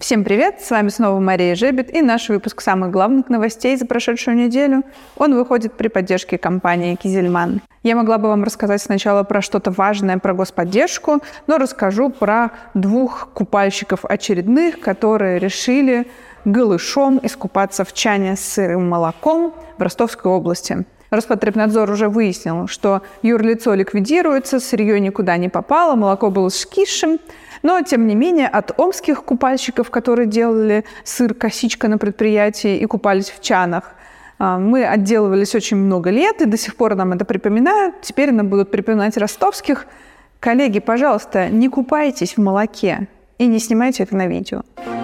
Всем привет! С вами снова Мария Жебет и наш выпуск самых главных новостей за прошедшую неделю. Он выходит при поддержке компании Кизельман. Я могла бы вам рассказать сначала про что-то важное про господдержку, но расскажу про двух купальщиков очередных, которые решили голышом искупаться в чане с сырым молоком в Ростовской области. Роспотребнадзор уже выяснил, что юрлицо ликвидируется, сырье никуда не попало, молоко было скисшим. Но, тем не менее, от омских купальщиков, которые делали сыр-косичка на предприятии и купались в чанах, мы отделывались очень много лет, и до сих пор нам это припоминают. Теперь нам будут припоминать ростовских. Коллеги, пожалуйста, не купайтесь в молоке и не снимайте это на видео.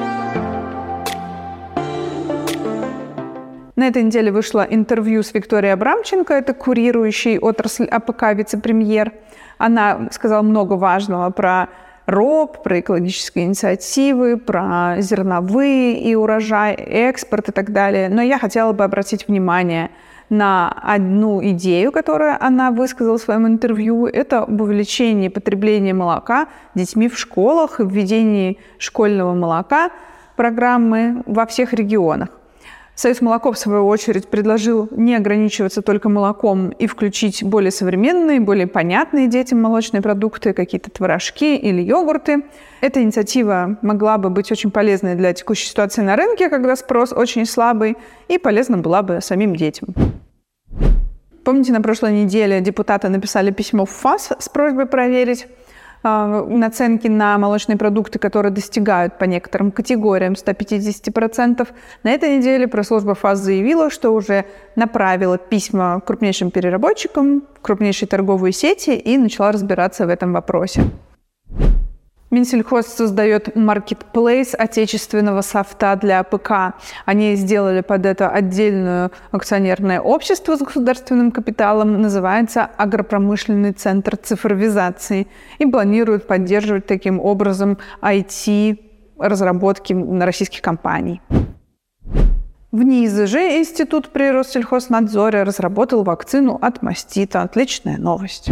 На этой неделе вышло интервью с Викторией Абрамченко, это курирующий отрасль АПК вице-премьер. Она сказала много важного про РОП, про экологические инициативы, про зерновые и урожай, экспорт и так далее. Но я хотела бы обратить внимание на одну идею, которую она высказала в своем интервью. Это об увеличении потребления молока детьми в школах и введении школьного молока программы во всех регионах. Союз молоко, в свою очередь, предложил не ограничиваться только молоком и включить более современные, более понятные детям молочные продукты, какие-то творожки или йогурты. Эта инициатива могла бы быть очень полезной для текущей ситуации на рынке, когда спрос очень слабый, и полезна была бы самим детям. Помните, на прошлой неделе депутаты написали письмо в ФАС с просьбой проверить наценки на молочные продукты, которые достигают по некоторым категориям 150%. На этой неделе пресс-служба ФАС заявила, что уже направила письма крупнейшим переработчикам, крупнейшей торговой сети и начала разбираться в этом вопросе. Минсельхоз создает маркетплейс отечественного софта для АПК. Они сделали под это отдельное акционерное общество с государственным капиталом, называется «Агропромышленный центр цифровизации», и планируют поддерживать таким образом IT-разработки российских компаний. В НИИЗ же институт при Россельхознадзоре разработал вакцину от мастита. Отличная новость.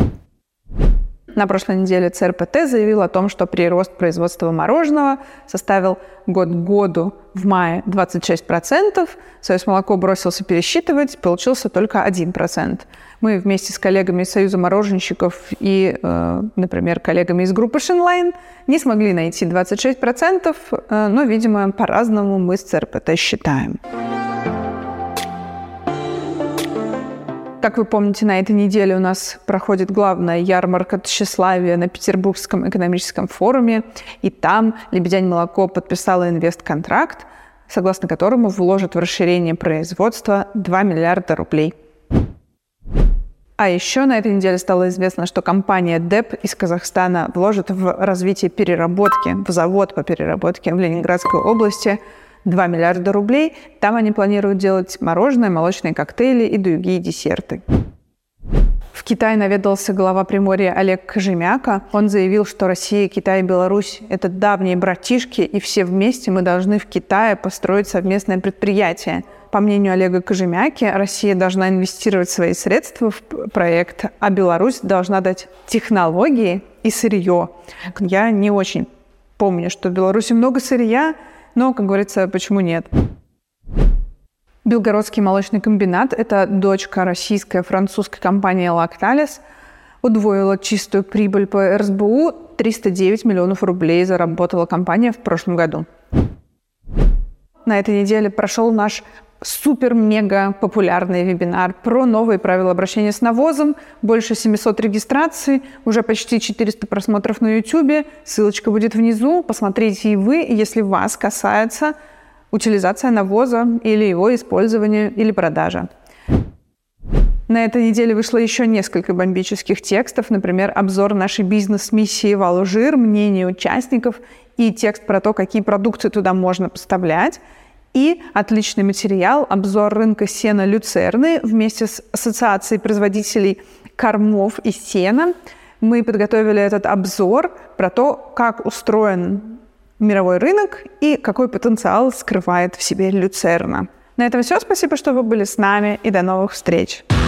На прошлой неделе ЦРПТ заявил о том, что прирост производства мороженого составил год к году в мае 26%. Союз молоко бросился пересчитывать, получился только 1%. Мы вместе с коллегами из Союза мороженщиков и, например, коллегами из группы Шинлайн не смогли найти 26%, но, видимо, по-разному мы с ЦРПТ считаем. Как вы помните, на этой неделе у нас проходит главная ярмарка тщеславия на Петербургском экономическом форуме, и там Лебедянь молоко подписала инвестконтракт, согласно которому вложит в расширение производства 2 миллиарда рублей. А еще на этой неделе стало известно, что компания ДЭП из Казахстана вложит в развитие переработки, в завод по переработке в Ленинградской области 2 миллиарда рублей. Там они планируют делать мороженое, молочные коктейли и другие десерты. В Китае наведался глава Приморья Олег Кожемяка. Он заявил, что Россия, Китай и Беларусь – это давние братишки, и все вместе мы должны в Китае построить совместное предприятие. По мнению Олега Кожемяки, Россия должна инвестировать свои средства в проект, а Беларусь должна дать технологии и сырье. Я не очень помню, что в Беларуси много сырья, но, как говорится, почему нет? Белгородский молочный комбинат – это дочка российской французской компании «Лакталис», удвоила чистую прибыль по РСБУ, 309 миллионов рублей заработала компания в прошлом году. На этой неделе прошел наш супер-мега популярный вебинар про новые правила обращения с навозом. Больше 700 регистраций, уже почти 400 просмотров на YouTube. Ссылочка будет внизу. Посмотрите и вы, если вас касается утилизация навоза или его использования или продажа. На этой неделе вышло еще несколько бомбических текстов, например, обзор нашей бизнес-миссии в Алжир, мнение участников и текст про то, какие продукты туда можно поставлять. И отличный материал «Обзор рынка сена люцерны» вместе с Ассоциацией производителей кормов и сена. Мы подготовили этот обзор про то, как устроен мировой рынок и какой потенциал скрывает в себе люцерна. На этом все. Спасибо, что вы были с нами, и до новых встреч!